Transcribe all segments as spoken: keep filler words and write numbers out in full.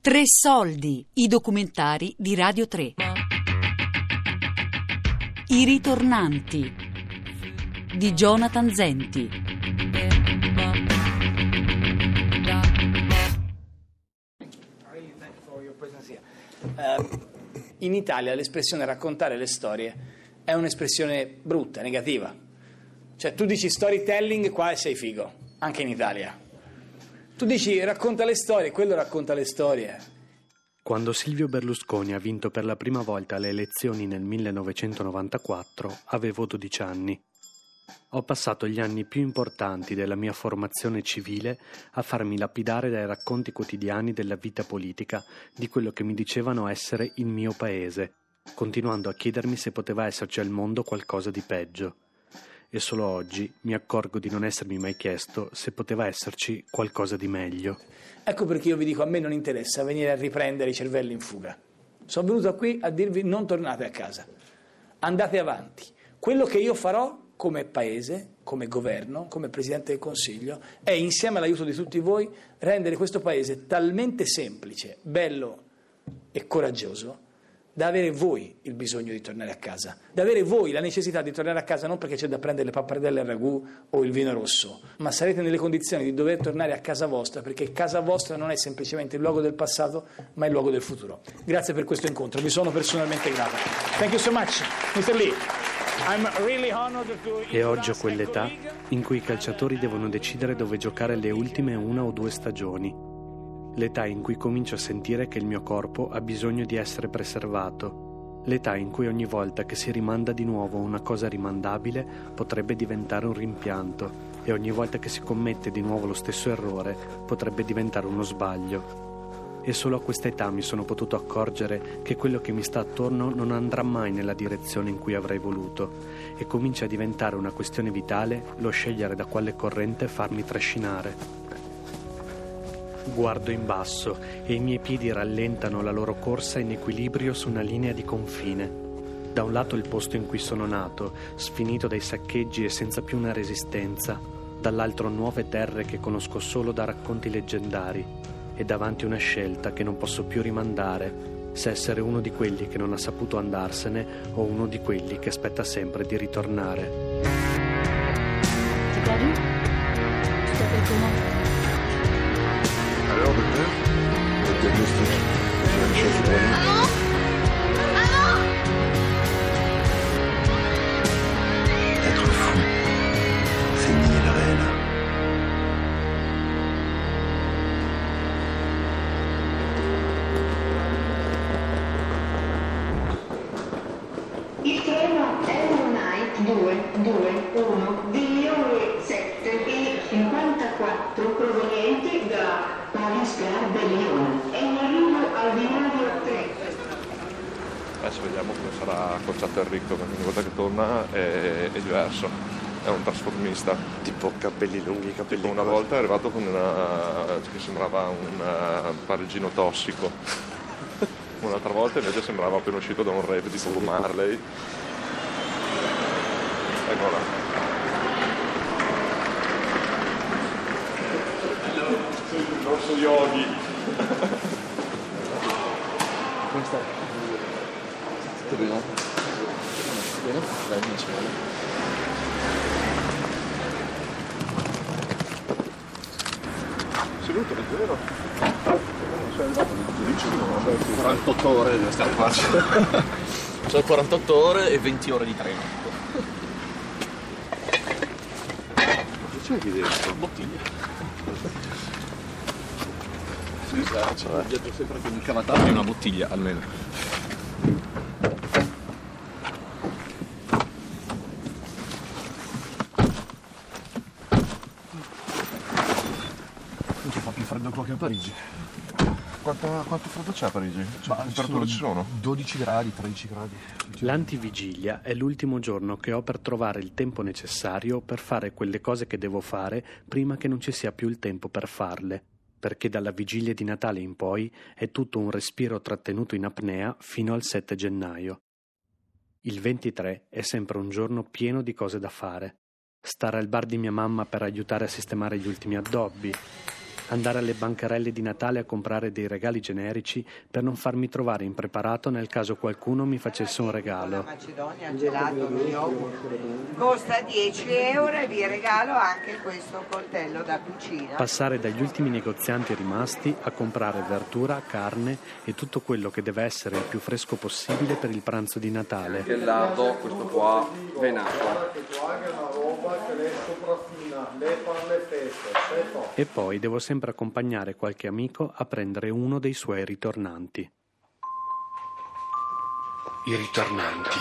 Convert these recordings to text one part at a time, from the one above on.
Tre soldi, i documentari di Radio tre. I ritornanti di Jonathan Zenti. Uh, in Italia l'espressione raccontare le storie è un'espressione brutta, negativa. Cioè tu dici storytelling qua e sei figo, anche in Italia. Tu dici racconta le storie, quello racconta le storie. Quando Silvio Berlusconi ha vinto per la prima volta le elezioni nel millenovecentonovantaquattro, avevo dodici anni. Ho passato gli anni più importanti della mia formazione civile a farmi lapidare dai racconti quotidiani della vita politica di quello che mi dicevano essere il mio paese, continuando a chiedermi se poteva esserci al mondo qualcosa di peggio. E solo oggi mi accorgo di non essermi mai chiesto se poteva esserci qualcosa di meglio. Ecco perché io vi dico, a me non interessa venire a riprendere i cervelli in fuga. Sono venuto qui a dirvi non tornate a casa, andate avanti. Quello che io farò come paese, come governo, come Presidente del Consiglio, è insieme all'aiuto di tutti voi rendere questo paese talmente semplice, bello e coraggioso da avere voi il bisogno di tornare a casa, da avere voi la necessità di tornare a casa non perché c'è da prendere le pappardelle al ragù o il vino rosso, ma sarete nelle condizioni di dover tornare a casa vostra, perché casa vostra non è semplicemente il luogo del passato, ma il luogo del futuro. Grazie per questo incontro, vi sono personalmente grato. Thank you so much, mister Lee. I'm really honored to... E oggi ho quell'età in cui i calciatori devono decidere dove giocare le ultime una o due stagioni. L'età in cui comincio a sentire che il mio corpo ha bisogno di essere preservato. L'età in cui ogni volta che si rimanda di nuovo una cosa rimandabile potrebbe diventare un rimpianto e ogni volta che si commette di nuovo lo stesso errore potrebbe diventare uno sbaglio. E solo a questa età mi sono potuto accorgere che quello che mi sta attorno non andrà mai nella direzione in cui avrei voluto e comincia a diventare una questione vitale lo scegliere da quale corrente farmi trascinare. Guardo in basso e i miei piedi rallentano la loro corsa in equilibrio su una linea di confine. Da un lato il posto in cui sono nato, sfinito dai saccheggi e senza più una resistenza, dall'altro nuove terre che conosco solo da racconti leggendari e davanti una scelta che non posso più rimandare, se essere uno di quelli che non ha saputo andarsene o uno di quelli che aspetta sempre di ritornare. T'es perdu? Tu t'appelles comment? Alors, docteur, le diagnostic, c'est la même chose pour nous. Maman! Maman! Être fou, c'est nier le réel. Il treno Euronight due due uno di ore sette e cinquantaquattro proveniente da Paris Gare de Lyon è in arrivo al binario tre. Adesso vediamo come sarà accocciato Enrico, perché ogni volta che torna è, è diverso, è un trasformista. Tipo capelli lunghi, capelli Tipo una volta è arrivato con una che sembrava un parigino tossico, un'altra volta invece sembrava appena uscito da un rave di Bob Marley. Eccola. Il grosso yogi. Come stai? Tutto bene? Bene? Dai, mi spiego. Seduto, leggero. Non sei arrivato di quarantotto ore deve stare qua. Sono quarantotto ore e venti ore di treno. Che c'è qui dentro? Bottiglia. Sì, c'è dietro sempre con il cavatato e una bottiglia almeno. Non ci fa più freddo qua che a Parigi. Quanto, quanto freddo c'è a Parigi? Cioè, che temperature ci sono? dodici gradi, tredici gradi. L'antivigilia è l'ultimo giorno che ho per trovare il tempo necessario per fare quelle cose che devo fare prima che non ci sia più il tempo per farle, perché dalla vigilia di Natale in poi è tutto un respiro trattenuto in apnea fino al sette gennaio. Il ventitré è sempre un giorno pieno di cose da fare. Stare al bar di mia mamma per aiutare a sistemare gli ultimi addobbi, andare alle bancarelle di Natale a comprare dei regali generici per non farmi trovare impreparato nel caso qualcuno mi facesse un regalo. Macedonia, gelato, lo yogurt. Costa dieci euro e vi regalo anche questo coltello da cucina. Passare dagli ultimi negozianti rimasti a comprare verdura, carne e tutto quello che deve essere il più fresco possibile per il pranzo di Natale. Il lardo, questo qua, venato. E poi devo sempre accompagnare qualche amico a prendere uno dei suoi ritornanti. I ritornanti.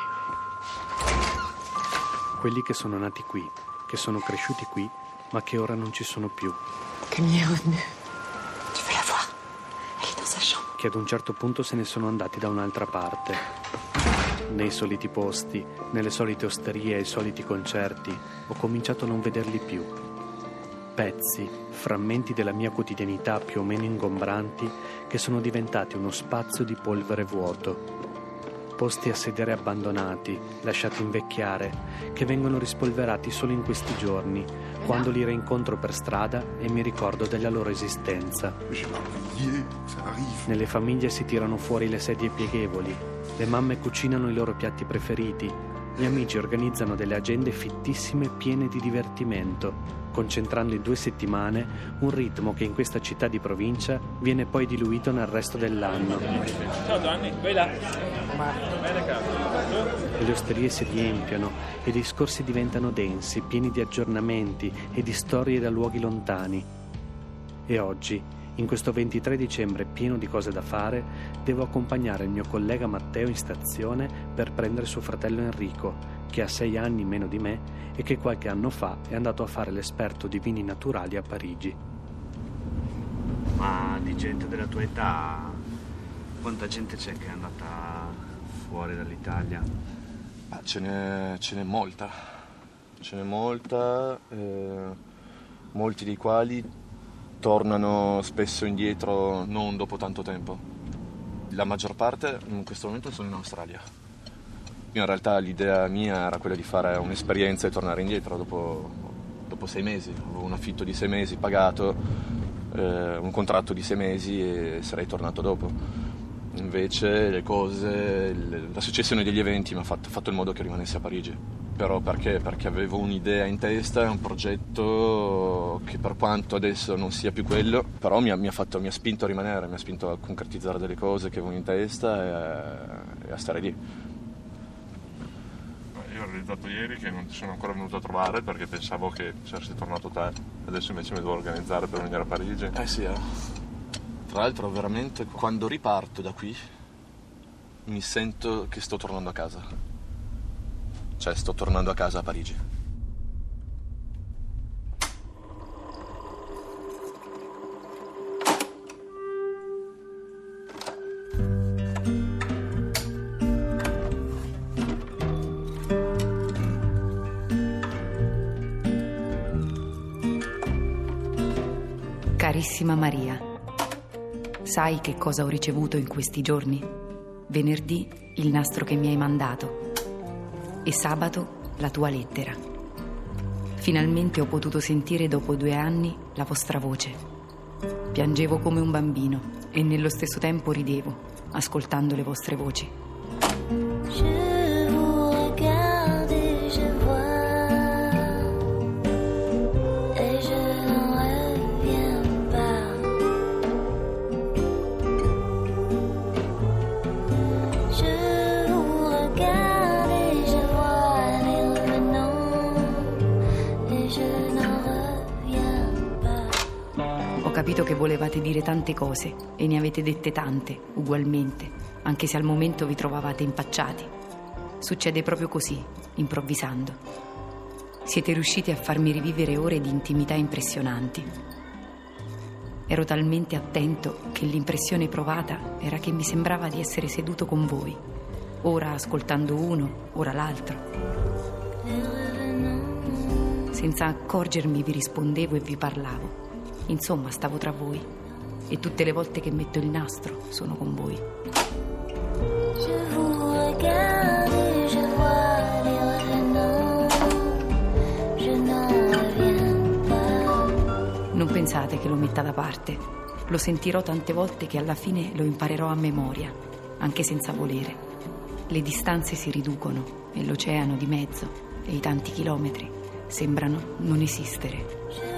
Quelli che sono nati qui, che sono cresciuti qui, ma che ora non ci sono più. Camille est revenue. Tu veux la voir? Elle est dans sa chambre. Che ad un certo punto se ne sono andati da un'altra parte. Nei soliti posti, nelle solite osterie e ai soliti concerti, ho cominciato a non vederli più. Pezzi, frammenti della mia quotidianità più o meno ingombranti che sono diventati uno spazio di polvere vuoto. Posti a sedere abbandonati, lasciati invecchiare, che vengono rispolverati solo in questi giorni, quando li rincontro per strada e mi ricordo della loro esistenza. Nelle famiglie si tirano fuori le sedie pieghevoli, le mamme cucinano i loro piatti preferiti, gli amici organizzano delle agende fittissime piene di divertimento, concentrando in due settimane un ritmo che in questa città di provincia viene poi diluito nel resto dell'anno. Ciao Gianni, vai là. Le osterie si riempiono e i discorsi diventano densi, pieni di aggiornamenti e di storie da luoghi lontani. E oggi, in questo ventitré dicembre pieno di cose da fare, devo accompagnare il mio collega Matteo in stazione per prendere suo fratello Enrico, che ha sei anni meno di me e che qualche anno fa è andato a fare l'esperto di vini naturali a Parigi. Ma di gente della tua età, quanta gente c'è che è andata fuori dall'Italia? Ah, ce n'è, ce n'è molta, ce n'è molta, eh, molti dei quali tornano spesso indietro non dopo tanto tempo. La maggior parte in questo momento sono in Australia. In realtà l'idea mia era quella di fare un'esperienza e tornare indietro dopo, dopo sei mesi. Avevo un affitto di sei mesi pagato, eh, un contratto di sei mesi e sarei tornato dopo. Invece le cose, la successione degli eventi mi ha fatto, fatto in modo che rimanessi a Parigi. Però perché? Perché avevo un'idea in testa, un progetto che per quanto adesso non sia più quello, però mi ha, mi ha, fatto, mi ha spinto a rimanere, mi ha spinto a concretizzare delle cose che avevo in testa e a, e a stare lì. Io ho realizzato ieri che non ti sono ancora venuto a trovare perché pensavo che saresti tornato te, adesso invece mi devo organizzare per venire a Parigi. Eh sì, eh. Tra l'altro veramente quando riparto da qui mi sento che sto tornando a casa. Cioè sto tornando a casa a Parigi. Carissima Maria, sai che cosa ho ricevuto in questi giorni? Venerdì il nastro che mi hai mandato e sabato la tua lettera. Finalmente ho potuto sentire dopo due anni la vostra voce. Piangevo come un bambino e nello stesso tempo ridevo, ascoltando le vostre voci. Ho capito che volevate dire tante cose e ne avete dette tante, ugualmente, anche se al momento vi trovavate impacciati. Succede proprio così, improvvisando. Siete riusciti a farmi rivivere ore di intimità impressionanti. Ero talmente attento che l'impressione provata era che mi sembrava di essere seduto con voi, ora ascoltando uno, ora l'altro. Senza accorgermi vi rispondevo e vi parlavo. Insomma, stavo tra voi e tutte le volte che metto il nastro sono con voi. Non pensate pensate che lo metta da parte. Lo sentirò tante volte che alla fine lo imparerò a memoria, anche senza volere. Le distanze si riducono e l'oceano di mezzo e i tanti chilometri sembrano non esistere.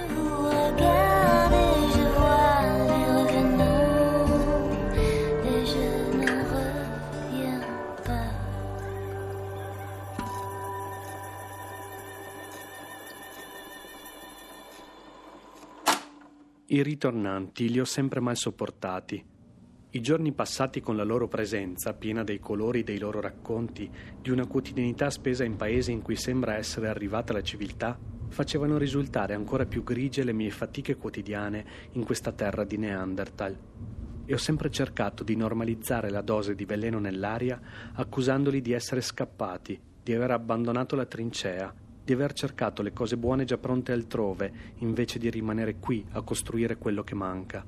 I ritornanti li ho sempre mal sopportati. I giorni passati con la loro presenza, piena dei colori dei loro racconti, di una quotidianità spesa in paesi in cui sembra essere arrivata la civiltà, facevano risultare ancora più grigie le mie fatiche quotidiane in questa terra di Neanderthal. E ho sempre cercato di normalizzare la dose di veleno nell'aria, accusandoli di essere scappati, di aver abbandonato la trincea, di aver cercato le cose buone già pronte altrove, invece di rimanere qui a costruire quello che manca.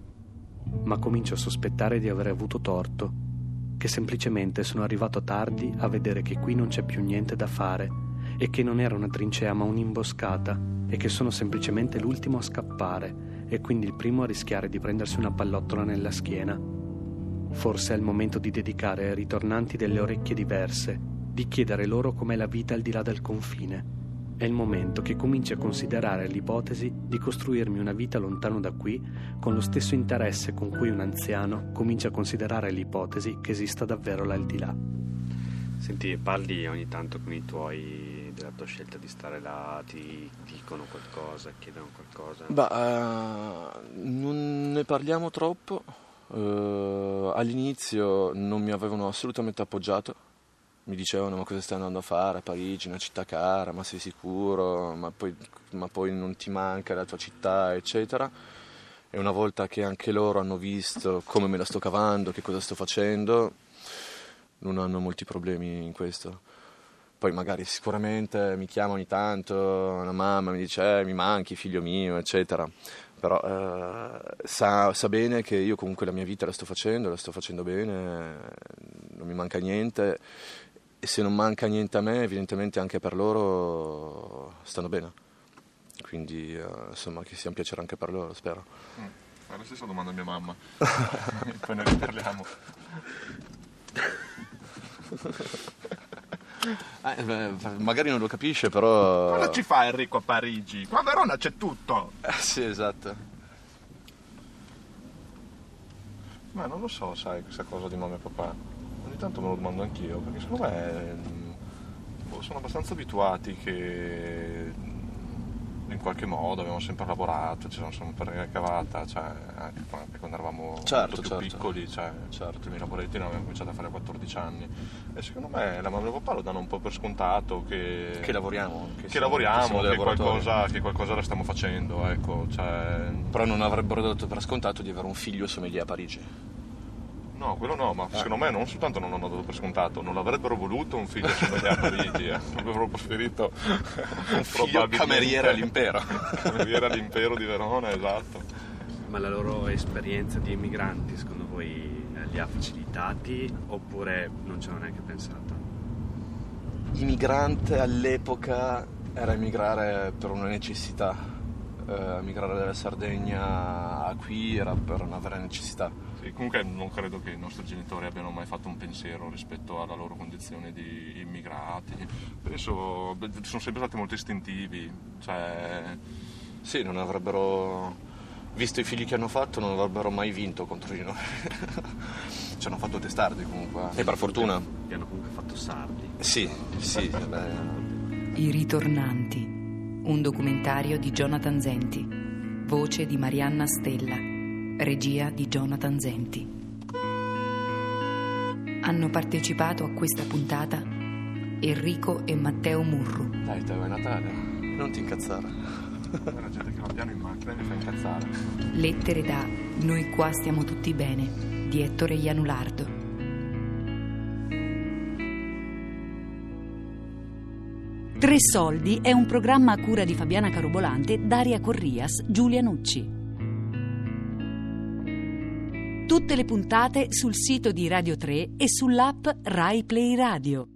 Ma comincio a sospettare di aver avuto torto, che semplicemente sono arrivato tardi a vedere che qui non c'è più niente da fare e che non era una trincea ma un'imboscata e che sono semplicemente l'ultimo a scappare e quindi il primo a rischiare di prendersi una pallottola nella schiena. Forse è il momento di dedicare ai ritornanti delle orecchie diverse, di chiedere loro com'è la vita al di là del confine. È il momento che cominci a considerare l'ipotesi di costruirmi una vita lontano da qui con lo stesso interesse con cui un anziano comincia a considerare l'ipotesi che esista davvero l'aldilà. Senti, parli ogni tanto con i tuoi della tua scelta di stare là, ti dicono qualcosa, chiedono qualcosa? Bah, uh, non ne parliamo troppo. Uh, all'inizio non mi avevano assolutamente appoggiato. Mi dicevano: ma cosa stai andando a fare a Parigi, una città cara, ma sei sicuro, ma poi, ma poi non ti manca la tua città, eccetera. E una volta che anche loro hanno visto come me la sto cavando, che cosa sto facendo, non hanno molti problemi in questo. Poi magari sicuramente mi chiama ogni tanto una mamma, mi dice eh, mi manchi figlio mio, eccetera. Però eh, sa, sa bene che io comunque la mia vita la sto facendo, la sto facendo bene, non mi manca niente. E se non manca niente a me, evidentemente anche per loro stanno bene. Quindi, uh, insomma, che sia un piacere anche per loro, spero. Mm. Fai la stessa domanda a mia mamma. Poi ne riparliamo. Eh, beh, magari non lo capisce, però... Cosa ci fa Enrico a Parigi? Qua a Verona c'è tutto. Eh, sì, esatto. Ma non lo so, sai, questa cosa di mamma e papà. Ogni tanto me lo domando anch'io, perché secondo me boh, sono abbastanza abituati che in qualche modo abbiamo sempre lavorato, ci siamo sempre cavata, cioè anche quando eravamo certo, molto più certo. piccoli, cioè certo, i miei lavoretti ne abbiamo cominciato a fare a quattordici anni e secondo me la mamma e il papà lo danno un po' per scontato che, che lavoriamo, che, che, che, siamo, lavoriamo che, che, qualcosa, che qualcosa la stiamo facendo, ecco, cioè... Però non avrebbero dato per scontato di avere un figlio sommelier a Parigi. No, quello no, ma eh. secondo me non soltanto non hanno dato per scontato, non l'avrebbero voluto un figlio sommelier a Parigi, eh. avrebbero preferito un figlio cameriere all'impero. Cameriere all'impero di Verona, esatto. Ma la loro esperienza di immigranti, secondo voi, li ha facilitati oppure non ci hanno neanche pensato? Immigrante all'epoca era emigrare per una necessità, eh, emigrare dalla Sardegna a qui era per una vera necessità. Comunque non credo che i nostri genitori abbiano mai fatto un pensiero rispetto alla loro condizione di immigrati. Penso sono sempre stati molto istintivi, cioè sì, non avrebbero visto i figli che hanno fatto, non avrebbero mai vinto contro di noi. Ci hanno fatto testardi comunque e per fortuna li hanno comunque fatto sardi. Sì, sì, beh. I ritornanti, un documentario di Jonathan Zenti, voce di Marianna Stella, regia di Jonathan Zenti. Hanno partecipato a questa puntata Enrico e Matteo Murru. Dai, Teo, è Natale, non ti incazzare. La gente che va piano in macchina mi fa incazzare. Lettere da Noi qua stiamo tutti bene di Ettore Ianulardo. Tre soldi è un programma a cura di Fabiana Carobolante, Daria Corrias, Giulia Nucci. Tutte le puntate sul sito di Radio tre e sull'app Rai Play Radio.